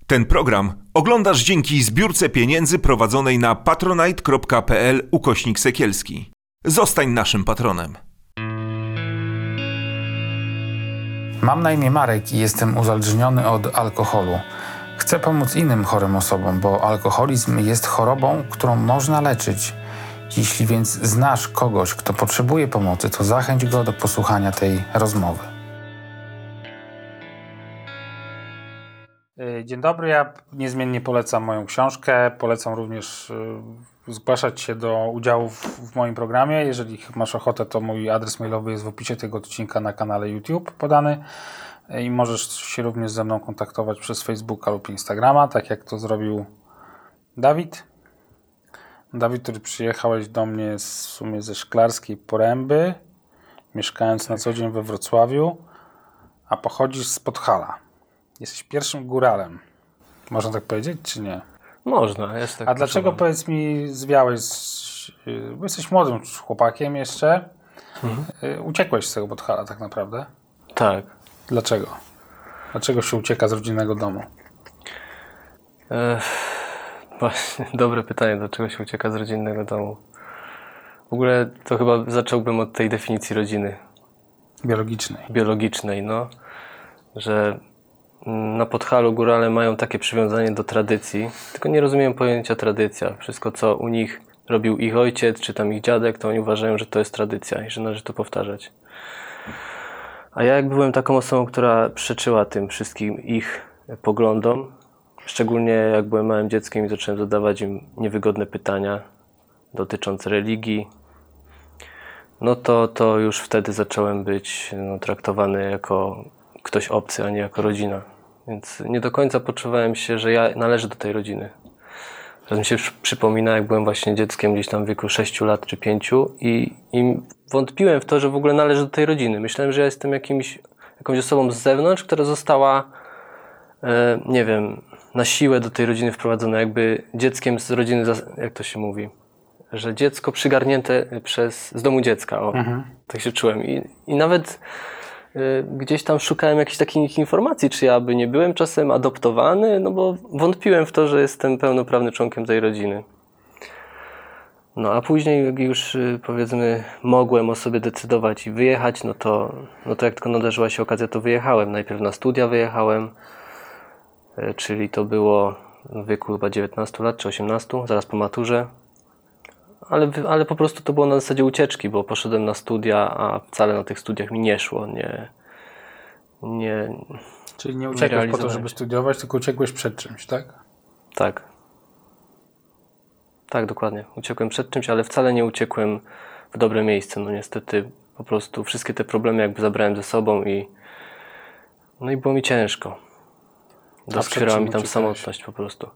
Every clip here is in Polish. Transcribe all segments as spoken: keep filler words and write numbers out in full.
Ten program oglądasz dzięki zbiórce pieniędzy prowadzonej na patronite.pl ukośnik Sekielski. Zostań naszym patronem. Mam na imię Marek i jestem uzależniony od alkoholu. Chcę pomóc innym chorym osobom, bo alkoholizm jest chorobą, którą można leczyć. Jeśli więc znasz kogoś, kto potrzebuje pomocy, to zachęć go do posłuchania tej rozmowy. Dzień dobry, ja niezmiennie polecam moją książkę. Polecam również y, zgłaszać się do udziału w, w moim programie. Jeżeli masz ochotę, to mój adres mailowy jest w opisie tego odcinka na kanale YouTube podany. I możesz się również ze mną kontaktować przez Facebooka lub Instagrama, tak jak to zrobił Dawid. Dawid, który przyjechałeś do mnie w sumie ze Szklarskiej Poręby, mieszkając na co dzień we Wrocławiu, a pochodzisz z Podhala. Jesteś pierwszym góralem. Można tak powiedzieć, czy nie? Można, jest tak. A dlaczego, powiedz mi, zwiałeś, bo jesteś młodym chłopakiem jeszcze, mhm. uciekłeś z tego Podhala tak naprawdę? Tak. Dlaczego? Dlaczego się ucieka z rodzinnego domu? Ech, właśnie, dobre pytanie, dlaczego się ucieka z rodzinnego domu. W ogóle to chyba zacząłbym od tej definicji rodziny. Biologicznej. Biologicznej, no. Że na Podhalu górale mają takie przywiązanie do tradycji, tylko nie rozumieją pojęcia tradycja. Wszystko, co u nich robił ich ojciec, czy tam ich dziadek, to oni uważają, że to jest tradycja i że należy to powtarzać. A ja jak byłem taką osobą, która przeczyła tym wszystkim ich poglądom, szczególnie jak byłem małym dzieckiem i zacząłem zadawać im niewygodne pytania dotyczące religii, no to, to już wtedy zacząłem być no, traktowany jako ktoś obcy, a nie jako rodzina. Więc nie do końca poczuwałem się, że ja należę do tej rodziny. Teraz mi się przypomina, jak byłem właśnie dzieckiem gdzieś tam w wieku sześciu lat czy pięciu i, i wątpiłem w to, że w ogóle należę do tej rodziny. Myślałem, że ja jestem jakimś, jakąś osobą z zewnątrz, która została, e, nie wiem, na siłę do tej rodziny wprowadzona, jakby dzieckiem z rodziny, jak to się mówi, że dziecko przygarnięte przez, z domu dziecka. O, mhm. Tak się czułem. I, i nawet gdzieś tam szukałem jakichś takich informacji, czy ja by nie byłem czasem adoptowany, no bo wątpiłem w to, że jestem pełnoprawnym członkiem tej rodziny. No a później jak już powiedzmy mogłem o sobie decydować i wyjechać, no to, no to jak tylko nadarzyła się okazja, to wyjechałem. Najpierw na studia wyjechałem, czyli to było w wieku chyba dziewiętnastu lat czy osiemnastu, zaraz po maturze. Ale, ale po prostu to było na zasadzie ucieczki, bo poszedłem na studia, a wcale na tych studiach mi nie szło. Nie, nie, Czyli nie uciekłeś nie po to, żeby studiować, tylko uciekłeś przed czymś, tak? Tak. Tak, dokładnie. Uciekłem przed czymś, ale wcale nie uciekłem w dobre miejsce. No niestety po prostu wszystkie te problemy jakby zabrałem ze sobą i no i było mi ciężko. Doskwierała mi tam samotność po prostu.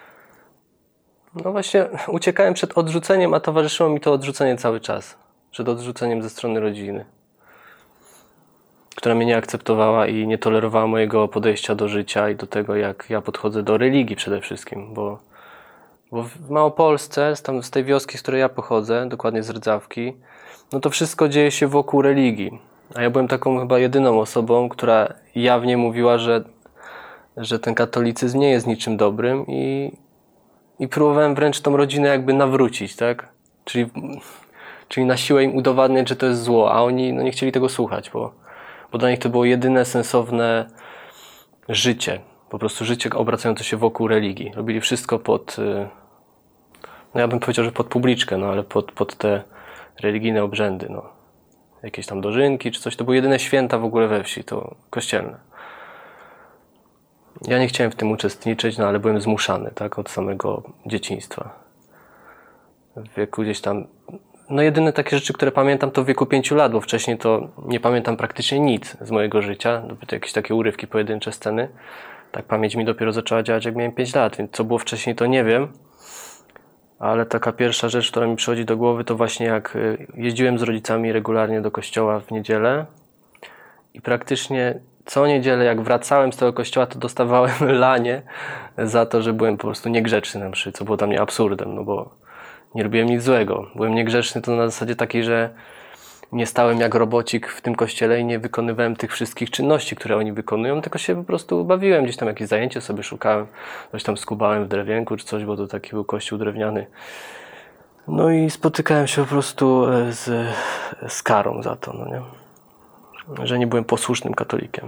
No właśnie uciekałem przed odrzuceniem, a towarzyszyło mi to odrzucenie cały czas. Przed odrzuceniem ze strony rodziny, która mnie nie akceptowała i nie tolerowała mojego podejścia do życia i do tego, jak ja podchodzę do religii przede wszystkim. Bo, bo w Małopolsce, z, tam, z tej wioski, z której ja pochodzę, dokładnie z Rdzawki, no to wszystko dzieje się wokół religii. A ja byłem taką chyba jedyną osobą, która jawnie mówiła, że, że ten katolicyzm nie jest niczym dobrym i I próbowałem wręcz tą rodzinę jakby nawrócić, tak? Czyli, czyli na siłę im udowadniać, że to jest zło, a oni no, nie chcieli tego słuchać, bo, bo dla nich to było jedyne sensowne życie. Po prostu życie obracające się wokół religii. Robili wszystko pod, no ja bym powiedział, że pod publiczkę, no ale pod, pod te religijne obrzędy, no. Jakieś tam dożynki czy coś. To były jedyne święta w ogóle we wsi, to kościelne. Ja nie chciałem w tym uczestniczyć, no ale byłem zmuszany, tak, od samego dzieciństwa. W wieku gdzieś tam, no jedyne takie rzeczy, które pamiętam, to w wieku pięciu lat, bo wcześniej to nie pamiętam praktycznie nic z mojego życia, to jakieś takie urywki, pojedyncze sceny. Tak pamięć mi dopiero zaczęła działać, jak miałem pięć lat, więc co było wcześniej, to nie wiem. Ale taka pierwsza rzecz, która mi przychodzi do głowy, to właśnie jak jeździłem z rodzicami regularnie do kościoła w niedzielę i praktycznie co niedzielę, jak wracałem z tego kościoła, to dostawałem lanie za to, że byłem po prostu niegrzeczny na mszy, co było dla mnie absurdem, no bo nie robiłem nic złego. Byłem niegrzeczny to na zasadzie takiej, że nie stałem jak robocik w tym kościele i nie wykonywałem tych wszystkich czynności, które oni wykonują, tylko się po prostu bawiłem, gdzieś tam jakieś zajęcie sobie szukałem, coś tam skubałem w drewienku czy coś, bo to taki był kościół drewniany. No i spotykałem się po prostu z, z karą za to, no nie? Że nie byłem posłusznym katolikiem.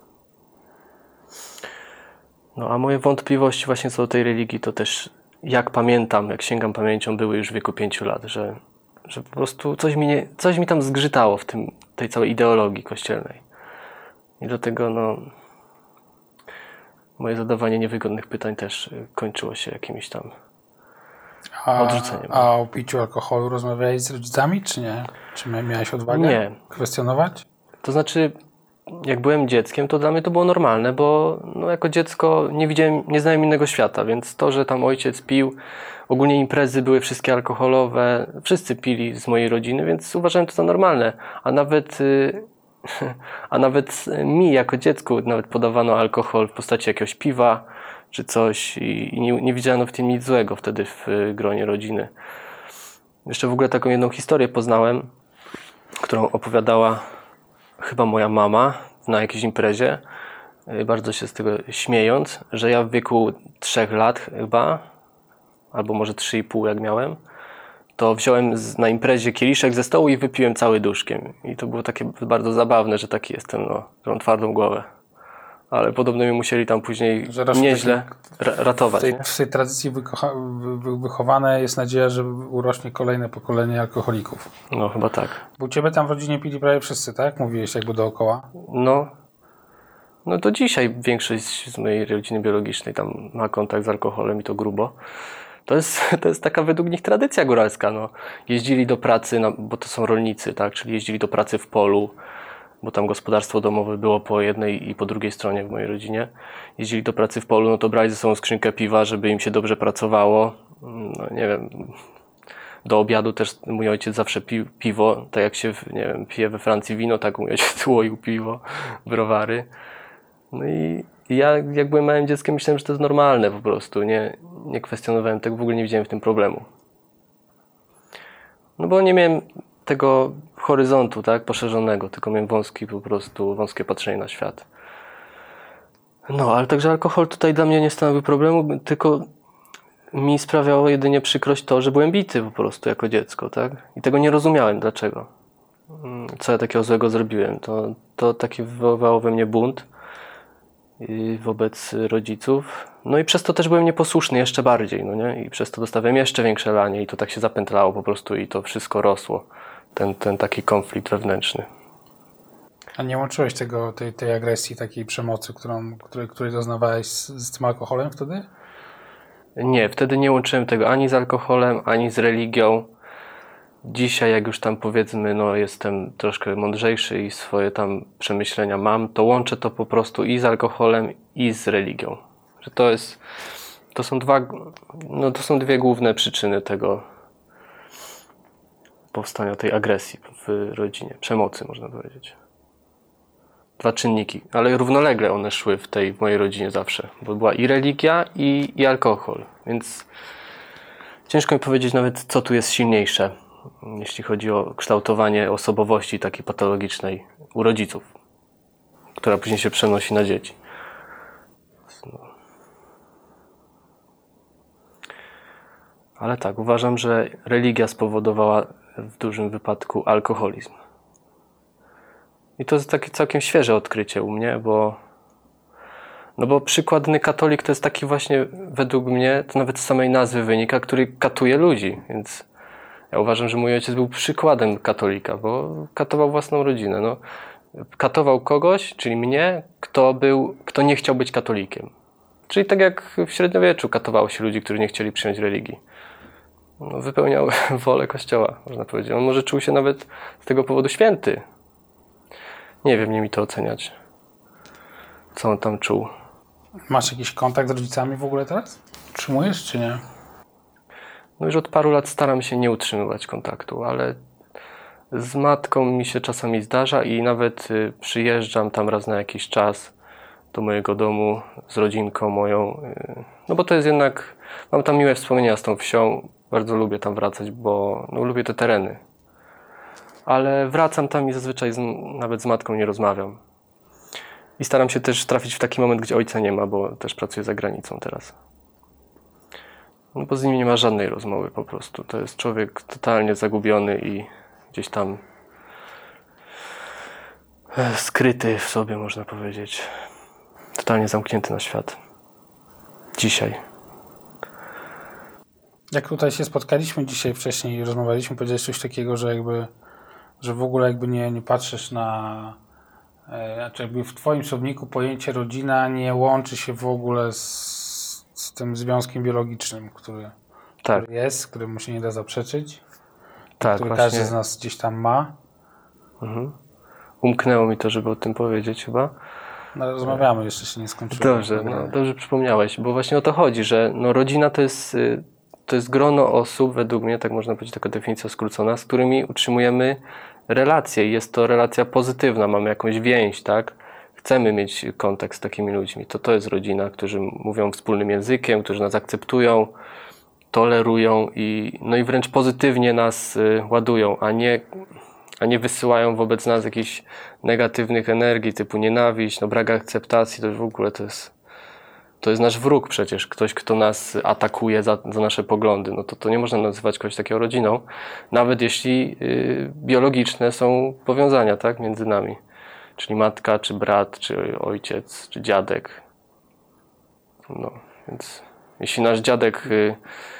No a moje wątpliwości właśnie co do tej religii to też, jak pamiętam, jak sięgam pamięcią, były już w wieku pięciu lat, że, że po prostu coś mi, nie, coś mi tam zgrzytało w tym, tej całej ideologii kościelnej. I dlatego no, moje zadawanie niewygodnych pytań też kończyło się jakimiś tam A, odrzuceniem. a o piciu alkoholu rozmawiałeś z rodzicami, czy nie? Czy miałeś odwagę Nie. kwestionować? To znaczy, jak byłem dzieckiem, to dla mnie to było normalne, bo no, jako dziecko nie widziałem, nie znałem innego świata, więc to, że tam ojciec pił, ogólnie imprezy były wszystkie alkoholowe, wszyscy pili z mojej rodziny, więc uważałem to za normalne. A nawet, a nawet mi jako dziecku nawet podawano alkohol w postaci jakiegoś piwa czy coś i nie, nie widziano w tym nic złego wtedy w gronie rodziny. Jeszcze w ogóle taką jedną historię poznałem, którą opowiadała chyba moja mama na jakiejś imprezie, bardzo się z tego śmiejąc, że ja w wieku trzech lat chyba, albo może trzy i pół jak miałem, to wziąłem z, na imprezie kieliszek ze stołu i wypiłem cały duszkiem. I to było takie bardzo zabawne, że taki jestem, no, że mam twardą głowę. Ale podobno mi musieli tam później nieźle ra ratować. W tej, nie? w tej tradycji wy wychowane jest nadzieja, że urośnie kolejne pokolenie alkoholików. No chyba tak. Bo u ciebie tam w rodzinie pili prawie wszyscy, tak? Mówiłeś jakby dookoła. No, no do dzisiaj większość z mojej rodziny biologicznej tam ma kontakt z alkoholem i to grubo. To jest, to jest taka według nich tradycja góralska. No. Jeździli do pracy, no, bo to są rolnicy, tak? Czyli jeździli do pracy w polu, bo tam gospodarstwo domowe było po jednej i po drugiej stronie w mojej rodzinie. Jeździli do pracy w polu, no to brali ze sobą skrzynkę piwa, żeby im się dobrze pracowało. No nie wiem, do obiadu też mój ojciec zawsze pił piwo, tak jak się, nie wiem, pije we Francji wino, tak mój ojciec łoił piwo, browary. No i ja jak byłem małym dzieckiem myślałem, że to jest normalne po prostu, nie, nie kwestionowałem tego, w ogóle nie widziałem w tym problemu. No bo nie miałem tego horyzontu, tak, poszerzonego, tylko miałem wąski po prostu, wąskie patrzenie na świat. No, ale także alkohol tutaj dla mnie nie stanowił problemu, tylko mi sprawiało jedynie przykrość to, że byłem bity po prostu jako dziecko, tak? I tego nie rozumiałem, dlaczego. Co ja takiego złego zrobiłem. To, to taki wywołało we mnie bunt wobec rodziców. No i przez to też byłem nieposłuszny jeszcze bardziej, no nie? I przez to dostawałem jeszcze większe lanie i to tak się zapętlało po prostu i to wszystko rosło. Ten, ten taki konflikt wewnętrzny. A nie łączyłeś tego, tej, tej agresji, takiej przemocy, którą, której, której doznawałeś z, z tym alkoholem wtedy? Nie, wtedy nie łączyłem tego ani z alkoholem, ani z religią. Dzisiaj, jak już tam powiedzmy, no jestem troszkę mądrzejszy i swoje tam przemyślenia mam, to łączę to po prostu i z alkoholem, i z religią. Że to jest, to są dwa, no to są dwie główne przyczyny tego powstania tej agresji w rodzinie, przemocy można powiedzieć. Dwa czynniki, ale równolegle one szły w tej w mojej rodzinie zawsze, bo była i religia, i, i alkohol, więc ciężko mi powiedzieć nawet, co tu jest silniejsze, jeśli chodzi o kształtowanie osobowości takiej patologicznej u rodziców, która później się przenosi na dzieci. No. Ale tak, uważam, że religia spowodowała w dużym wypadku alkoholizm. I to jest takie całkiem świeże odkrycie u mnie, bo no bo przykładny katolik to jest taki właśnie, według mnie, to nawet z samej nazwy wynika, który katuje ludzi, więc ja uważam, że mój ojciec był przykładem katolika, bo katował własną rodzinę. No, katował kogoś, czyli mnie, kto był, kto nie chciał być katolikiem. Czyli tak jak w średniowieczu katowało się ludzi, którzy nie chcieli przyjąć religii. No, wypełniał wolę Kościoła, można powiedzieć. On może czuł się nawet z tego powodu święty. Nie wiem, nie mi to oceniać, co on tam czuł. Masz jakiś kontakt z rodzicami w ogóle teraz? Utrzymujesz czy nie? No już od paru lat staram się nie utrzymywać kontaktu, ale z matką mi się czasami zdarza i nawet przyjeżdżam tam raz na jakiś czas do mojego domu z rodzinką moją. No bo to jest jednak, mam tam miłe wspomnienia z tą wsią, bardzo lubię tam wracać, bo no, lubię te tereny. ale wracam tam i zazwyczaj z, nawet z matką nie rozmawiam. I staram się też trafić w taki moment, gdzie ojca nie ma, bo też pracuję za granicą teraz. No bo z nim nie ma żadnej rozmowy po prostu. To jest człowiek totalnie zagubiony i gdzieś tam skryty w sobie, można powiedzieć. Totalnie zamknięty na świat. Dzisiaj. Jak tutaj się spotkaliśmy dzisiaj wcześniej i rozmawialiśmy, powiedziałeś coś takiego, że jakby, że w ogóle jakby nie, nie patrzysz na, e, znaczy jakby w twoim słowniku pojęcie rodzina nie łączy się w ogóle z, z tym związkiem biologicznym, który, Tak. który jest, któremu się nie da zaprzeczyć, Tak, który właśnie. każdy z nas gdzieś tam ma. Mhm. Umknęło mi to, żeby o tym powiedzieć chyba. No, rozmawiamy, jeszcze się nie skończyło. Dobrze, no, dobrze przypomniałeś, bo właśnie o to chodzi, że no, rodzina to jest, y, to jest grono osób, według mnie, tak można powiedzieć, taka definicja skrócona, z którymi utrzymujemy relacje i jest to relacja pozytywna, mamy jakąś więź, tak? Chcemy mieć kontakt z takimi ludźmi. To to jest rodzina, którzy mówią wspólnym językiem, którzy nas akceptują, tolerują i, no i wręcz pozytywnie nas y, ładują, a nie, a nie wysyłają wobec nas jakichś negatywnych energii typu nienawiść, no brak akceptacji, to już w ogóle to jest, to jest nasz wróg przecież, ktoś, kto nas atakuje za, za nasze poglądy, no to, to nie można nazywać kogoś takiego rodziną, nawet jeśli y, biologiczne są powiązania, tak, między nami, czyli matka, czy brat, czy ojciec, czy dziadek, no, więc jeśli nasz dziadek, y,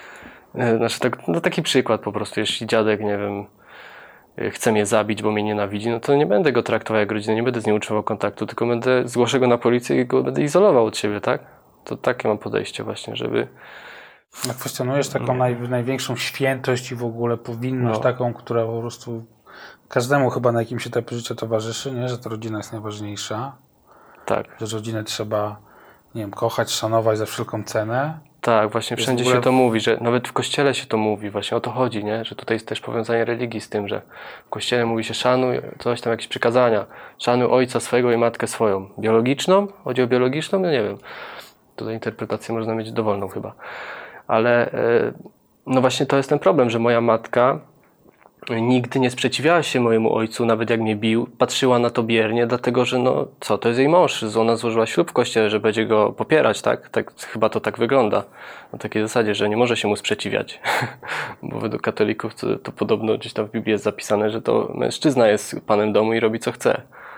y, znaczy tak, no taki przykład po prostu, jeśli dziadek, nie wiem, chce mnie zabić, bo mnie nienawidzi, no to nie będę go traktował jak rodzinę, nie będę z nim utrzymywał kontaktu, tylko będę zgłoszę go na policję i go będę izolował od siebie, tak? To takie mam podejście właśnie, żeby... Jak kwestionujesz taką naj, największą świętość i w ogóle powinność No. taką, która po prostu każdemu chyba na jakimś etapie życia towarzyszy, nie? Że ta rodzina jest najważniejsza, Tak, że rodzinę trzeba, nie wiem, kochać, szanować za wszelką cenę. tak, właśnie Jest wszędzie w ogóle- się to mówi, że nawet w kościele się to mówi, właśnie o to chodzi, nie? Że tutaj jest też powiązanie religii z tym, że w kościele mówi się szanuj, coś tam, jakieś przykazania, szanuj ojca swojego i matkę swoją. Biologiczną? Chodzi o biologiczną? No nie wiem. Tutaj interpretację można mieć dowolną chyba. Ale e, no właśnie to jest ten problem, że moja matka nigdy nie sprzeciwiała się mojemu ojcu, nawet jak mnie bił, patrzyła na to biernie, dlatego że no co, to jest jej mąż, ona złożyła ślub w kościele, że będzie go popierać, tak? tak chyba to tak wygląda, na takiej zasadzie, że nie może się mu sprzeciwiać, bo według katolików to, to podobno gdzieś tam w Biblii jest zapisane, że to mężczyzna jest panem domu i robi co chce.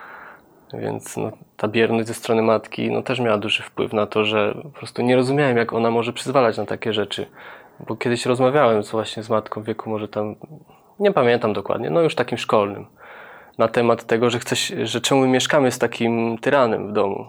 Więc no, ta bierność ze strony matki no, też miała duży wpływ na to, że po prostu nie rozumiałem, jak ona może przyzwalać na takie rzeczy. Bo kiedyś rozmawiałem z, właśnie z matką w wieku może tam, nie pamiętam dokładnie, no już takim szkolnym, na temat tego, że, chce, się- że czemu my mieszkamy z takim tyranem w domu.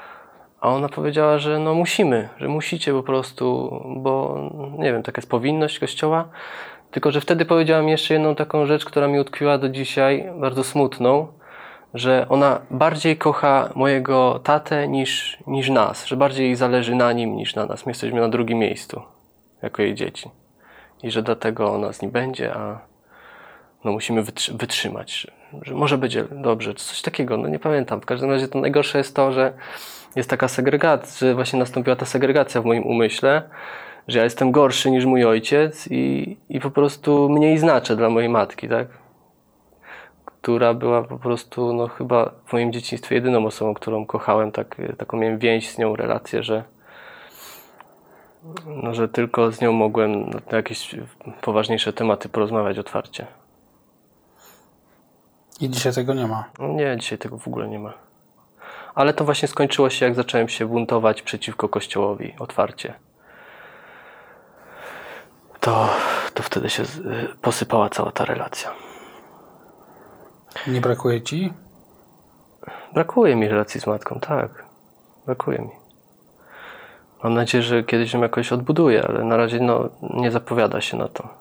A ona powiedziała, że no musimy, że musicie po prostu, bo nie wiem, taka jest powinność Kościoła. Tylko że wtedy powiedziała mi jeszcze jedną taką rzecz, która mi utkwiła do dzisiaj, bardzo smutną, że ona bardziej kocha mojego tatę niż, niż nas, że bardziej jej zależy na nim niż na nas. My jesteśmy na drugim miejscu, jako jej dzieci. I że dlatego ona z nim będzie, a no musimy wytrzy- wytrzymać, że, że może będzie dobrze, czy coś takiego, no nie pamiętam. W każdym razie to najgorsze jest to, że jest taka segregacja, że właśnie nastąpiła ta segregacja w moim umyśle, że ja jestem gorszy niż mój ojciec i, i po prostu mniej znaczę dla mojej matki, tak? Która była po prostu, no chyba w moim dzieciństwie jedyną osobą, którą kochałem, tak, taką miałem więź z nią, relację, że no, że tylko z nią mogłem na jakieś poważniejsze tematy porozmawiać otwarcie. I dzisiaj tego nie ma. No nie, dzisiaj tego w ogóle nie ma. Ale to właśnie skończyło się, jak zacząłem się buntować przeciwko Kościołowi otwarcie. To, to wtedy się z- posypała cała ta relacja. Nie brakuje ci? Brakuje mi relacji z matką, tak. Brakuje mi. Mam nadzieję, że kiedyś ją jakoś odbuduję, ale na razie no, nie zapowiada się na to.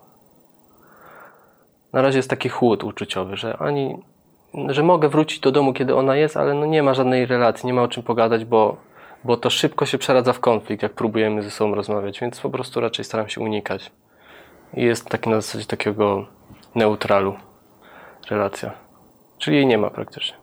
Na razie jest taki chłód uczuciowy, że ani, że mogę wrócić do domu, kiedy ona jest, ale no nie ma żadnej relacji, nie ma o czym pogadać, bo, bo to szybko się przeradza w konflikt, jak próbujemy ze sobą rozmawiać, więc po prostu raczej staram się unikać. I jest taki na zasadzie takiego neutralu relacja. Czyli jej nie ma praktycznie.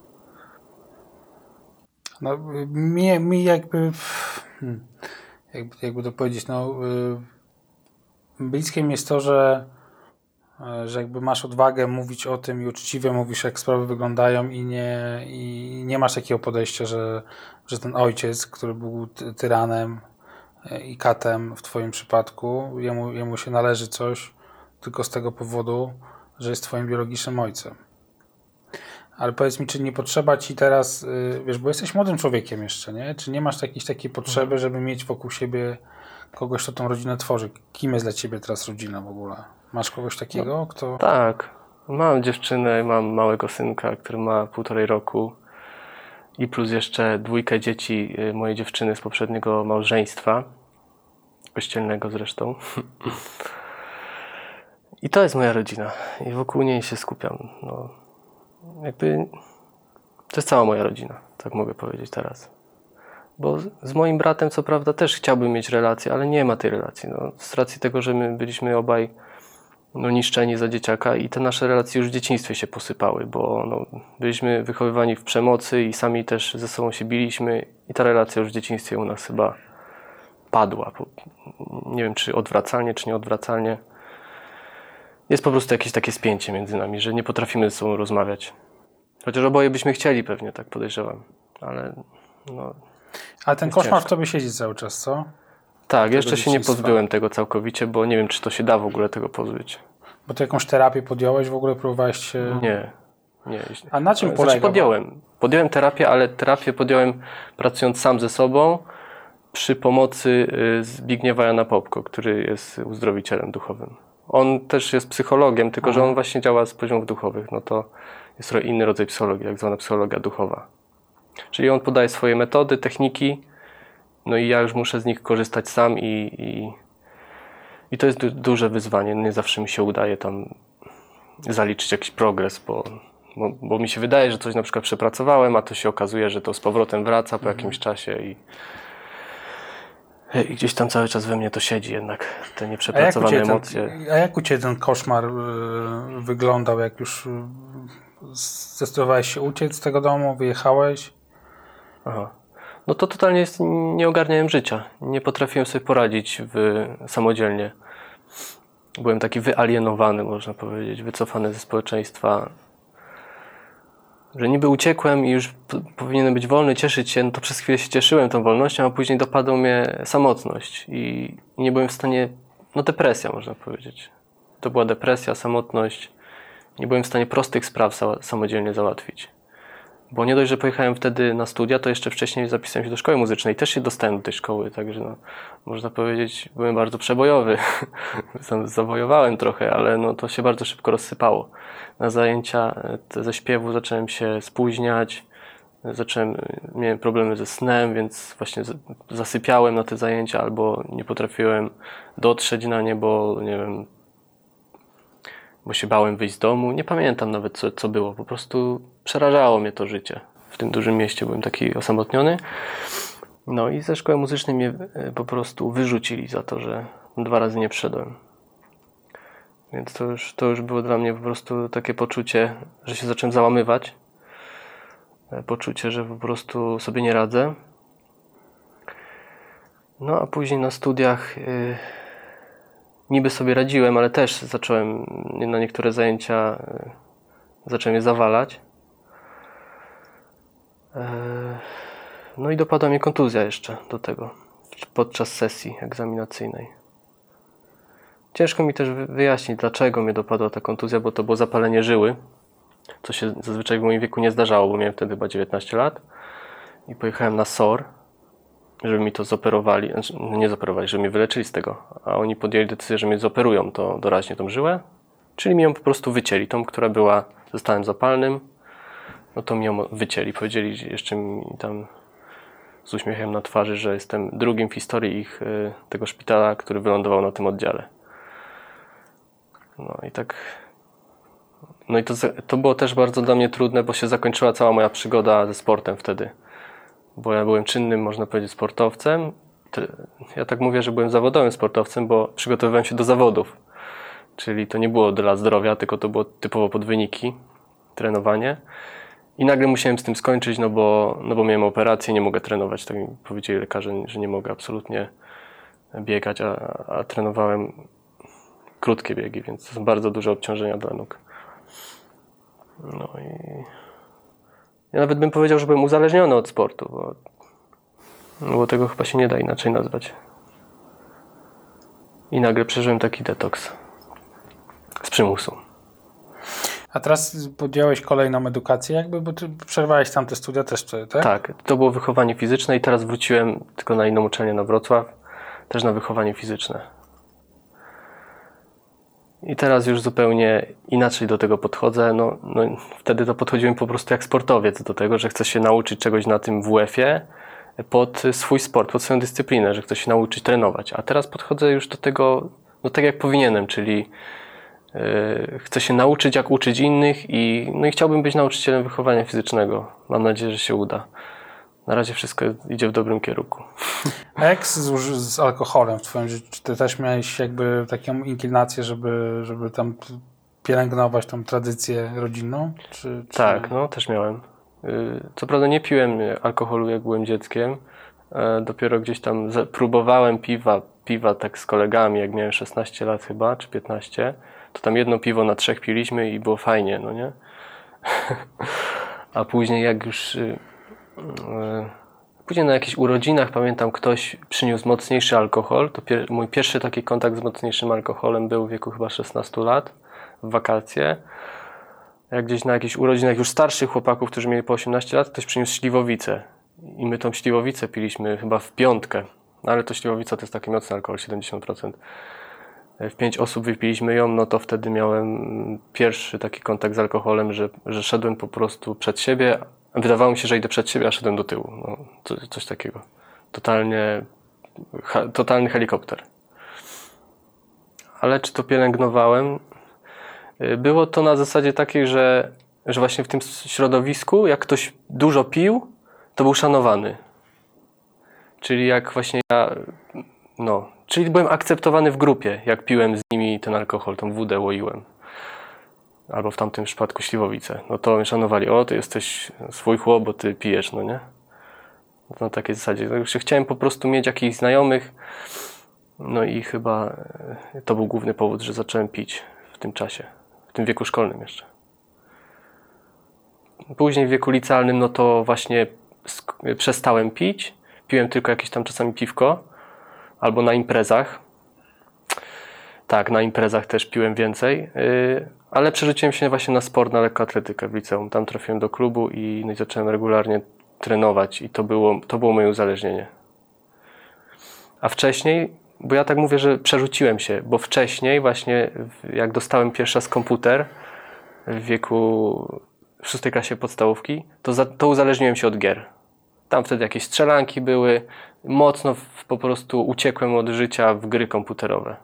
No, mi, mi jakby, hmm, jakby, jakby to powiedzieć, no, y, bliskiem jest to, że że jakby masz odwagę mówić o tym i uczciwie mówisz, jak sprawy wyglądają i nie, i nie masz takiego podejścia, że, że ten ojciec, który był ty- tyranem i katem w twoim przypadku, jemu, jemu się należy coś tylko z tego powodu, że jest twoim biologicznym ojcem. Ale powiedz mi, czy nie potrzeba ci teraz, yy, wiesz, bo jesteś młodym człowiekiem jeszcze, nie? Czy nie masz jakiejś takiej potrzeby, żeby mieć wokół siebie kogoś, kto tą rodzinę tworzy? Kim jest dla ciebie teraz rodzina w ogóle? Masz kogoś takiego, No, kto... tak. Mam dziewczynę, mam małego synka, który ma półtorej roku i plus jeszcze dwójkę dzieci y, mojej dziewczyny z poprzedniego małżeństwa, kościelnego zresztą. I to jest moja rodzina i wokół niej się skupiam. No, jakby to jest cała moja rodzina, tak mogę powiedzieć teraz. Bo z- z moim bratem co prawda też chciałbym mieć relację, ale nie ma tej relacji. No, z racji tego, że my byliśmy obaj no, niszczeni za dzieciaka i te nasze relacje już w dzieciństwie się posypały, bo no, byliśmy wychowywani w przemocy i sami też ze sobą się biliśmy i ta relacja już w dzieciństwie u nas chyba padła. Bo nie wiem, czy odwracalnie, czy nieodwracalnie. Jest po prostu jakieś takie spięcie między nami, że nie potrafimy ze sobą rozmawiać. Chociaż oboje byśmy chcieli pewnie, tak podejrzewam. Ale no... Ale ten jest koszmar w ciężko. tobie siedzi cały czas, co? Tak, jeszcze się nie dzieciństwa. pozbyłem tego całkowicie, bo nie wiem, czy to się da w ogóle tego pozbyć. Bo ty jakąś terapię podjąłeś, w ogóle próbowałeś się... Nie, nie. A na czym Znaczy, polega? podjąłem. Podjąłem terapię, ale terapię podjąłem pracując sam ze sobą przy pomocy y, Zbigniewa Jana Popko, który jest uzdrowicielem duchowym. On też jest psychologiem, tylko że on właśnie działa z poziomów duchowych. No to jest trochę inny rodzaj psychologii, jak zwana psychologia duchowa. Czyli on podaje swoje metody, techniki, no i ja już muszę z nich korzystać sam i, i, i to jest du- duże wyzwanie. Nie zawsze mi się udaje tam zaliczyć jakiś progres, bo, bo, bo mi się wydaje, że coś na przykład przepracowałem, a to się okazuje, że to z powrotem wraca po jakimś czasie i, i gdzieś tam cały czas we mnie to siedzi jednak, te A jak, u nieprzepracowane ciebie ten, emocje. a jak u Ciebie ten koszmar y, wyglądał, jak już y, zdecydowałeś się uciec z tego domu, wyjechałeś? Aha. No to totalnie jest, nie ogarniałem życia. Nie potrafiłem sobie poradzić w, samodzielnie. Byłem taki wyalienowany, można powiedzieć, wycofany ze społeczeństwa. Że niby uciekłem i już p- powinienem być wolny, cieszyć się, no to przez chwilę się cieszyłem tą wolnością, a później dopadła mnie samotność i, i nie byłem w stanie, no depresja można powiedzieć. To była depresja, samotność. Nie byłem w stanie prostych spraw sa- samodzielnie załatwić. Bo nie dość, że pojechałem wtedy na studia, to jeszcze wcześniej zapisałem się do szkoły muzycznej. Też się dostałem do tej szkoły, także no, można powiedzieć, byłem bardzo przebojowy. Sam zawojowałem trochę, ale no, to się bardzo szybko rozsypało. Na zajęcia te ze śpiewu zacząłem się spóźniać, zacząłem, miałem problemy ze snem, więc właśnie z- zasypiałem na te zajęcia albo nie potrafiłem dotrzeć na nie, bo nie wiem, bo się bałem wyjść z domu. Nie pamiętam nawet, co, co było. Po prostu przerażało mnie to życie. W tym dużym mieście byłem taki osamotniony. No i ze szkoły muzycznej mnie e, po prostu wyrzucili za to, że dwa razy nie przyszedłem. Więc to już, to już było dla mnie po prostu takie poczucie, że się zacząłem załamywać. E, Poczucie, że po prostu sobie nie radzę. No a później na studiach y, niby sobie radziłem, ale też zacząłem na niektóre zajęcia y, zacząłem je zawalać. E, No i dopadła mnie kontuzja jeszcze do tego podczas sesji egzaminacyjnej. Ciężko mi też wy- wyjaśnić, dlaczego mnie dopadła ta kontuzja, bo to było zapalenie żyły, co się zazwyczaj w moim wieku nie zdarzało, bo miałem wtedy chyba dziewiętnaście lat i pojechałem na S O R, żeby mi to zoperowali, znaczy no nie zoperowali, żeby mnie wyleczyli z tego, a oni podjęli decyzję, że mnie zoperują to doraźnie tą żyłę, czyli mi ją po prostu wycięli, tą, która była ze stałem zapalnym, no to mi ją wycięli, powiedzieli jeszcze mi tam z uśmiechem na twarzy, że jestem drugim w historii ich, y, tego szpitala, który wylądował na tym oddziale. No i tak, no i to, za- to było też bardzo dla mnie trudne, bo się zakończyła cała moja przygoda ze sportem wtedy. Bo ja byłem czynnym, można powiedzieć, sportowcem. Te- Ja tak mówię, że byłem zawodowym sportowcem, bo przygotowywałem się do zawodów. Czyli to nie było dla zdrowia, tylko to było typowo pod wyniki, trenowanie. I nagle musiałem z tym skończyć, no bo, no bo miałem operację, nie mogę trenować. Tak mi powiedzieli lekarze, że nie mogę absolutnie biegać, a, a trenowałem krótkie biegi, więc to są bardzo duże obciążenia dla nóg. No i ja nawet bym powiedział, że byłem uzależniony od sportu, bo, no bo tego chyba się nie da inaczej nazwać. I nagle przeżyłem taki detoks z przymusu. A teraz podjąłeś kolejną edukację jakby, bo ty przerwałeś tamte studia też wtedy, tak? Tak, to było wychowanie fizyczne i teraz wróciłem tylko na inną uczelnię na Wrocław, też na wychowanie fizyczne. I teraz już zupełnie inaczej do tego podchodzę. No, no, wtedy to podchodziłem po prostu jak sportowiec do tego, że chcę się nauczyć czegoś na tym W F-ie pod swój sport, pod swoją dyscyplinę, że chcę się nauczyć trenować. A teraz podchodzę już do tego, no tak jak powinienem, czyli yy, chcę się nauczyć, jak uczyć innych i, no i chciałbym być nauczycielem wychowania fizycznego. Mam nadzieję, że się uda. Na razie wszystko idzie w dobrym kierunku. A jak z, z alkoholem w twoim życiu? Czy ty też miałeś jakby taką inklinację, żeby, żeby tam pielęgnować tą tradycję rodzinną? Czy, czy... Tak, no też miałem. Co prawda nie piłem alkoholu, jak byłem dzieckiem. Dopiero gdzieś tam próbowałem piwa, piwa tak z kolegami, jak miałem szesnaście lat chyba, czy piętnaście. To tam jedno piwo na trzech piliśmy i było fajnie, no nie? A później jak już... Później na jakichś urodzinach, pamiętam, ktoś przyniósł mocniejszy alkohol. To pier- mój pierwszy taki kontakt z mocniejszym alkoholem był w wieku chyba szesnastu lat, w wakacje. Jak gdzieś na jakichś urodzinach już starszych chłopaków, którzy mieli po osiemnaście lat, ktoś przyniósł śliwowicę. I my tą śliwowicę piliśmy chyba w piątkę. No ale to śliwowica to jest taki mocny alkohol, siedemdziesiąt procent. W pięć osób wypiliśmy ją, no to wtedy miałem pierwszy taki kontakt z alkoholem, że, że szedłem po prostu przed siebie. Wydawało mi się, że idę przed siebie, a szedłem do tyłu. No, co, coś takiego. Totalnie, ha, totalny helikopter. Ale czy to pielęgnowałem? Było to na zasadzie takiej, że, że właśnie w tym środowisku, jak ktoś dużo pił, to był szanowany. Czyli jak właśnie ja, no, czyli byłem akceptowany w grupie, jak piłem z nimi ten alkohol, tą wódę łoiłem. Albo w tamtym przypadku śliwowicę. No to mnie szanowali, o, ty jesteś swój chłop, bo ty pijesz, no nie? Na takiej zasadzie. Także chciałem po prostu mieć jakichś znajomych, no i chyba to był główny powód, że zacząłem pić w tym czasie. W tym wieku szkolnym jeszcze. Później w wieku licealnym, no to właśnie przestałem pić. Piłem tylko jakieś tam czasami piwko. Albo na imprezach. Tak, na imprezach też piłem więcej. Ale przerzuciłem się właśnie na sport, na lekkoatletykę w liceum. Tam trafiłem do klubu i, no i zacząłem regularnie trenować. I to było, to było moje uzależnienie. A wcześniej, bo ja tak mówię, że przerzuciłem się, bo wcześniej właśnie jak dostałem pierwszy raz komputer w wieku w szóstej klasie podstawówki, to, za, to uzależniłem się od gier. Tam wtedy jakieś strzelanki były, mocno w, po prostu uciekłem od życia w gry komputerowe.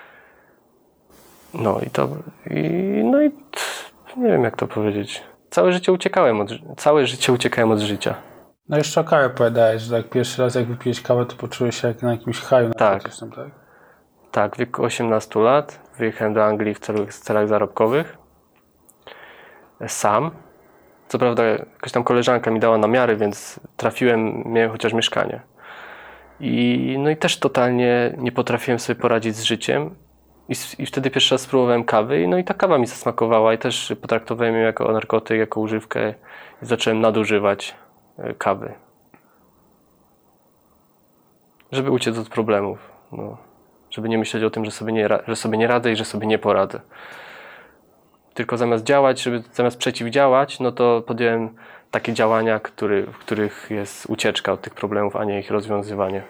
No i to, i, no i nie wiem jak to powiedzieć. Całe życie uciekałem od, całe życie uciekałem od życia. No jeszcze o kawie opowiadałeś, że tak pierwszy raz jak wypiłeś kawę, to poczułeś się jak na jakimś haju narkotycznym, tak? Tak, w wieku osiemnastu lat wyjechałem do Anglii w celach, w celach zarobkowych. Sam. Co prawda jakaś tam koleżanka mi dała namiary, więc trafiłem, miałem chociaż mieszkanie. I, no i też totalnie nie potrafiłem sobie poradzić z życiem. I, I wtedy pierwszy raz spróbowałem kawy, no i ta kawa mi zasmakowała i też potraktowałem ją jako narkotyk, jako używkę i zacząłem nadużywać kawy. Żeby uciec od problemów. No. Żeby nie myśleć o tym, że sobie nie, że sobie nie radzę i że sobie nie poradzę. Tylko zamiast działać, żeby zamiast przeciwdziałać, no to podjąłem takie działania, który, w których jest ucieczka od tych problemów, a nie ich rozwiązywanie.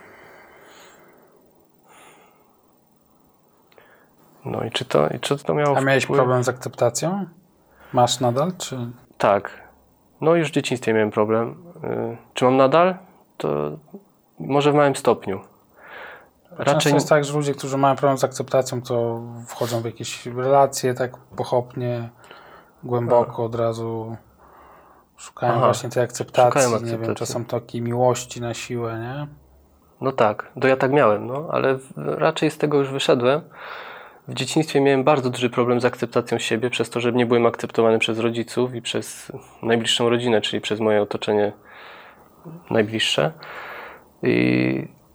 No i czy to, i czy to miało A miałeś wpływ? problem z akceptacją? Masz nadal, czy... Tak. No już w dzieciństwie miałem problem. Czy mam nadal? To może w małym stopniu. Raczej często jest tak, że ludzie, którzy mają problem z akceptacją, to wchodzą w jakieś relacje tak pochopnie, głęboko, od razu szukają Aha. właśnie tej akceptacji, akceptacji. nie wiem, czasem takiej miłości na siłę, nie? No tak, to ja tak miałem, no, ale raczej z tego już wyszedłem. W dzieciństwie miałem bardzo duży problem z akceptacją siebie, przez to, że nie byłem akceptowany przez rodziców i przez najbliższą rodzinę, czyli przez moje otoczenie najbliższe. I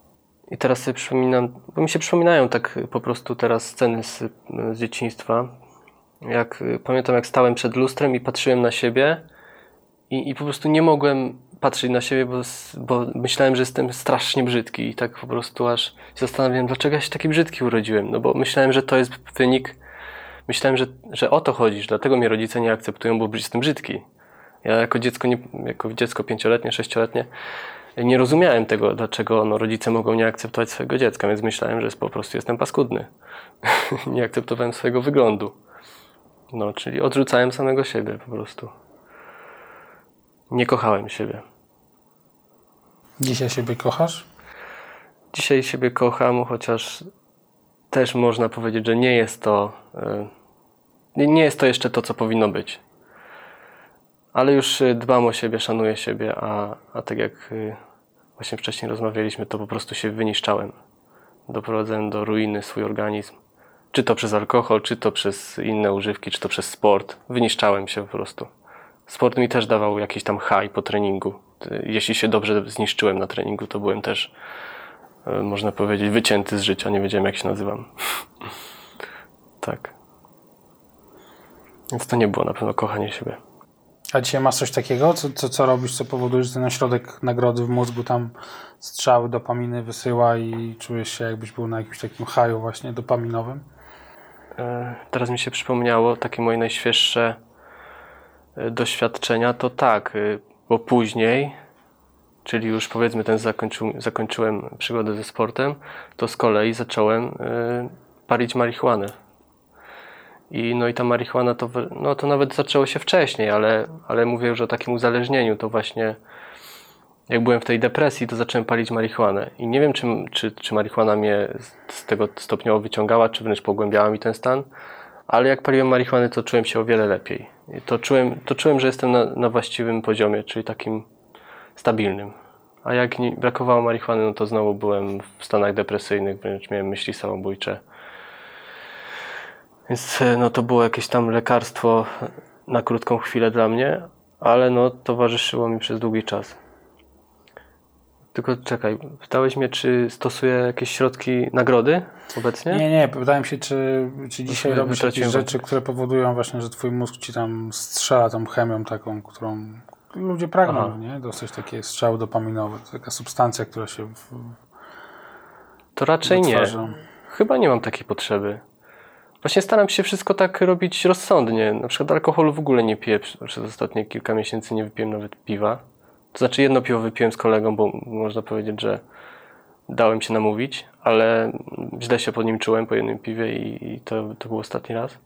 I teraz sobie przypominam, bo mi się przypominają tak po prostu teraz sceny z, z dzieciństwa. Jak pamiętam, jak stałem przed lustrem i patrzyłem na siebie i, i po prostu nie mogłem patrzeć na siebie, bo, bo myślałem, że jestem strasznie brzydki i tak po prostu aż się zastanawiałem, dlaczego ja się taki brzydki urodziłem. No bo myślałem, że to jest wynik, myślałem, że, że o to chodzi, że dlatego mnie rodzice nie akceptują, bo jestem brzydki. Ja jako dziecko, nie, jako dziecko pięcioletnie, sześcioletnie nie rozumiałem tego, dlaczego no, rodzice mogą nie akceptować swojego dziecka, więc myślałem, że po prostu jestem paskudny. Nie akceptowałem swojego wyglądu. No, czyli odrzucałem samego siebie po prostu. Nie kochałem siebie. Dzisiaj siebie kochasz? Dzisiaj siebie kocham, chociaż też można powiedzieć, że nie jest to yy, nie jest to jeszcze to, co powinno być. Ale już dbam o siebie, szanuję siebie, a, a tak jak yy, właśnie wcześniej rozmawialiśmy, to po prostu się wyniszczałem. Doprowadzałem do ruiny swój organizm. Czy to przez alkohol, czy to przez inne używki, czy to przez sport. Wyniszczałem się po prostu. Sport mi też dawał jakiś tam high po treningu. Jeśli się dobrze zniszczyłem na treningu, to byłem też, można powiedzieć, wycięty z życia. Nie wiedziałem, jak się nazywam. Tak. Więc to nie było na pewno kochanie siebie. A dzisiaj masz coś takiego? Co, co, co robisz, co powoduje, że ten ośrodek nagrody w mózgu tam strzały dopaminy wysyła i czujesz się, jakbyś był na jakimś takim haju właśnie dopaminowym? Teraz mi się przypomniało takie moje najświeższe doświadczenia, to tak, bo później, czyli już powiedzmy ten zakończył, zakończyłem przygodę ze sportem, to z kolei zacząłem palić marihuanę. I no i ta marihuana to, no to nawet zaczęło się wcześniej, ale, ale mówię już o takim uzależnieniu, to właśnie jak byłem w tej depresji, to zacząłem palić marihuanę. I nie wiem, czy, czy, czy marihuana mnie z tego stopniowo wyciągała, czy wręcz pogłębiała mi ten stan, ale jak paliłem marihuanę, to czułem się o wiele lepiej. I to czułem, to czułem, że jestem na, na właściwym poziomie, czyli takim stabilnym. A jak nie, brakowało marihuany, no to znowu byłem w stanach depresyjnych, wręcz miałem myśli samobójcze. Więc no, to było jakieś tam lekarstwo na krótką chwilę dla mnie, ale no, towarzyszyło mi przez długi czas. Tylko czekaj, pytałeś mnie, czy stosuję jakieś środki nagrody obecnie? Nie, nie, pytałem się, czy, czy dzisiaj sobie robisz jakieś wytraciłem rzeczy, które powodują właśnie, że twój mózg ci tam strzela tą chemią taką, którą ludzie pragną, Aha. nie? Dostać takie strzały dopaminowe. To taka substancja, która się w, To raczej nie. wytwarza. Chyba nie mam takiej potrzeby. Właśnie staram się wszystko tak robić rozsądnie. Na przykład alkoholu w ogóle nie piję. Przez ostatnie kilka miesięcy nie wypiłem nawet piwa. To znaczy jedno piwo wypiłem z kolegą, bo można powiedzieć, że dałem się namówić, ale źle się po nim czułem po jednym piwie i, i to, to był ostatni raz.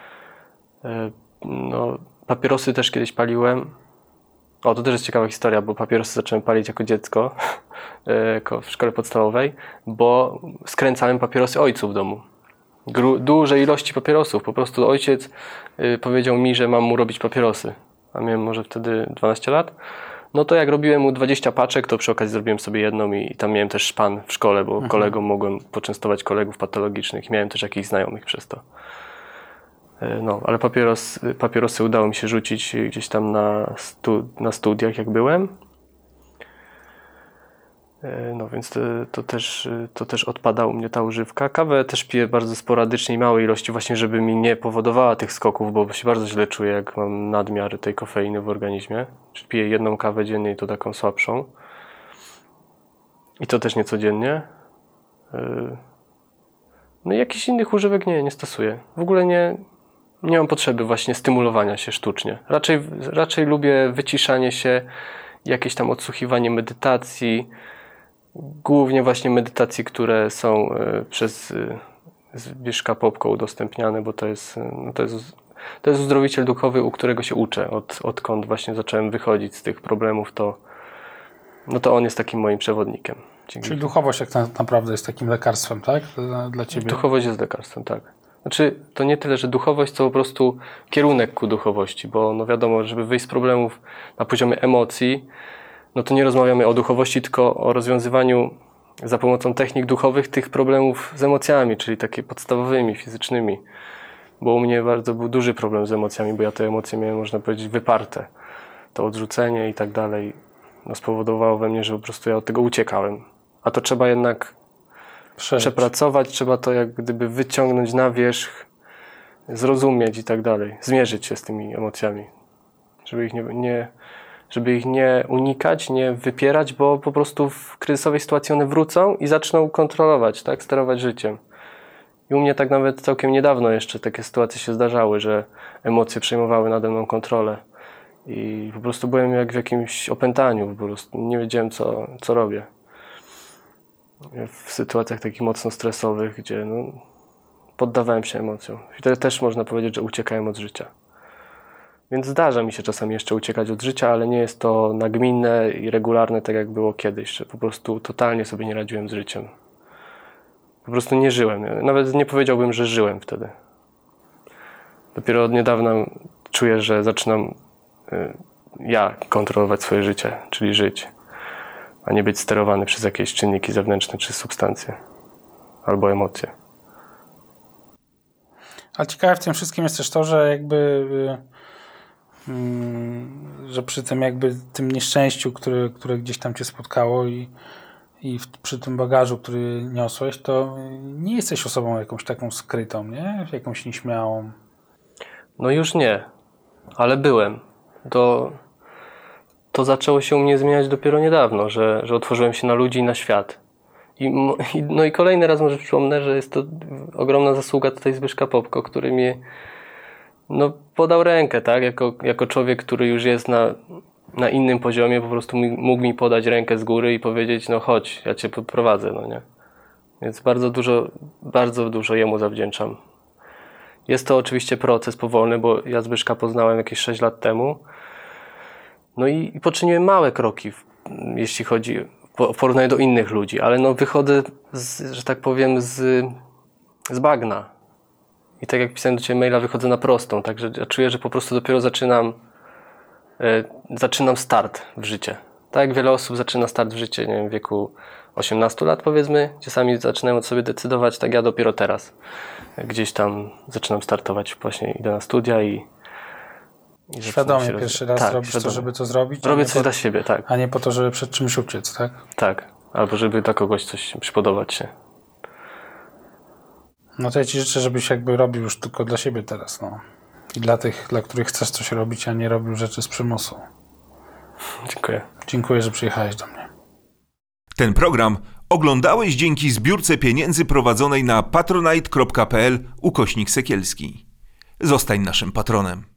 No, papierosy też kiedyś paliłem. O, to też jest ciekawa historia, bo papierosy zacząłem palić jako dziecko w szkole podstawowej, bo skręcałem papierosy ojcu w domu. Gru, duże ilości papierosów. Po prostu ojciec y, powiedział mi, że mam mu robić papierosy. A miałem może wtedy dwanaście lat. No to jak robiłem mu dwadzieścia paczek, to przy okazji zrobiłem sobie jedną i, i tam miałem też szpan w szkole, bo mhm. kolegom mogłem poczęstować kolegów patologicznych. Miałem też jakichś znajomych przez to. Y, no, ale papieros, papierosy udało mi się rzucić gdzieś tam na, stu, na studiach, jak byłem. No więc to, to, też, to też odpada u mnie ta używka. Kawę też piję bardzo sporadycznie i małej ilości, właśnie żeby mi nie powodowała tych skoków, bo się bardzo źle czuję, jak mam nadmiar tej kofeiny w organizmie. Czyli piję jedną kawę dziennie i to taką słabszą. I to też nie codziennie. No i jakichś innych używek nie, nie stosuję. W ogóle nie, nie mam potrzeby właśnie stymulowania się sztucznie. Raczej, raczej lubię wyciszanie się, jakieś tam odsłuchiwanie medytacji, głównie właśnie medytacji, które są y, przez y, Zbyszka Popko udostępniane, bo to jest, no to jest, to jest uzdrowiciel duchowy, u którego się uczę. Od, odkąd właśnie zacząłem wychodzić z tych problemów, to, no to on jest takim moim przewodnikiem. Dzięki. Czyli duchowość jak na, naprawdę jest takim lekarstwem, tak? Dla, dla ciebie. Duchowość jest lekarstwem, tak. Znaczy, to nie tyle, że duchowość, to po prostu kierunek ku duchowości, bo no wiadomo, żeby wyjść z problemów na poziomie emocji, no to nie rozmawiamy o duchowości, tylko o rozwiązywaniu za pomocą technik duchowych tych problemów z emocjami, czyli takie podstawowymi, fizycznymi. Bo u mnie bardzo był duży problem z emocjami, bo ja te emocje miałem, można powiedzieć, wyparte. To odrzucenie i tak dalej no spowodowało we mnie, że po prostu ja od tego uciekałem. A to trzeba jednak Przeżyć. przepracować, trzeba to jak gdyby wyciągnąć na wierzch, zrozumieć i tak dalej, zmierzyć się z tymi emocjami, żeby ich nie, nie, żeby ich nie unikać, nie wypierać, bo po prostu w kryzysowej sytuacji one wrócą i zaczną kontrolować, tak, sterować życiem. I u mnie tak nawet całkiem niedawno jeszcze takie sytuacje się zdarzały, że emocje przejmowały nade mną kontrolę i po prostu byłem jak w jakimś opętaniu, po prostu nie wiedziałem co, co robię. W sytuacjach takich mocno stresowych, gdzie no, poddawałem się emocjom. I to też można powiedzieć, że uciekałem od życia. Więc zdarza mi się czasami jeszcze uciekać od życia, ale nie jest to nagminne i regularne, tak jak było kiedyś, że po prostu totalnie sobie nie radziłem z życiem. Po prostu nie żyłem. Nawet nie powiedziałbym, że żyłem wtedy. Dopiero od niedawna czuję, że zaczynam y, ja kontrolować swoje życie, czyli żyć, a nie być sterowany przez jakieś czynniki zewnętrzne czy substancje albo emocje. A ciekawe w tym wszystkim jest też to, że jakby mm, że przy tym jakby tym nieszczęściu, które, które gdzieś tam cię spotkało i, i w, przy tym bagażu, który niosłeś, to nie jesteś osobą jakąś taką skrytą, nie? Jakąś nieśmiałą. No już nie, ale byłem. To, to zaczęło się u mnie zmieniać dopiero niedawno, że, że otworzyłem się na ludzi i na świat. I, no i kolejny raz może przypomnę, że jest to ogromna zasługa tutaj Zbyszka Popko, który mi no, podał rękę, tak? Jako, jako człowiek, który już jest na, na innym poziomie, po prostu mógł mi podać rękę z góry i powiedzieć, no chodź, ja cię podprowadzę, no nie? Więc bardzo dużo, bardzo dużo jemu zawdzięczam. Jest to oczywiście proces powolny, bo ja Zbyszka poznałem jakieś sześć lat temu. No i, i poczyniłem małe kroki, w, jeśli chodzi w porównaniu do innych ludzi, ale no wychodzę, z, że tak powiem, z, z bagna. I tak jak pisałem do Ciebie maila, wychodzę na prostą, także ja czuję, że po prostu dopiero zaczynam, e, zaczynam start w życie. Tak jak wiele osób zaczyna start w życie, nie wiem, w wieku osiemnastu lat powiedzmy, gdzie sami zaczynają sobie decydować, tak ja dopiero teraz. Gdzieś tam zaczynam startować, właśnie idę na studia i... i świadomie pierwszy raz tak, robisz świadomie. To, żeby to zrobić? Robię coś po, dla siebie, tak. A nie po to, żeby przed czymś uciec, tak? Tak, albo żeby dla kogoś coś przypodobać się. No to ja Ci życzę, żebyś jakby robił już tylko dla siebie teraz, no. I dla tych, dla których chcesz coś robić, a nie robił rzeczy z przymusu. Dziękuję. Dziękuję, że przyjechałeś do mnie. Ten program oglądałeś dzięki zbiórce pieniędzy prowadzonej na patronite kropka pl ukośnik Sekielski. Zostań naszym patronem.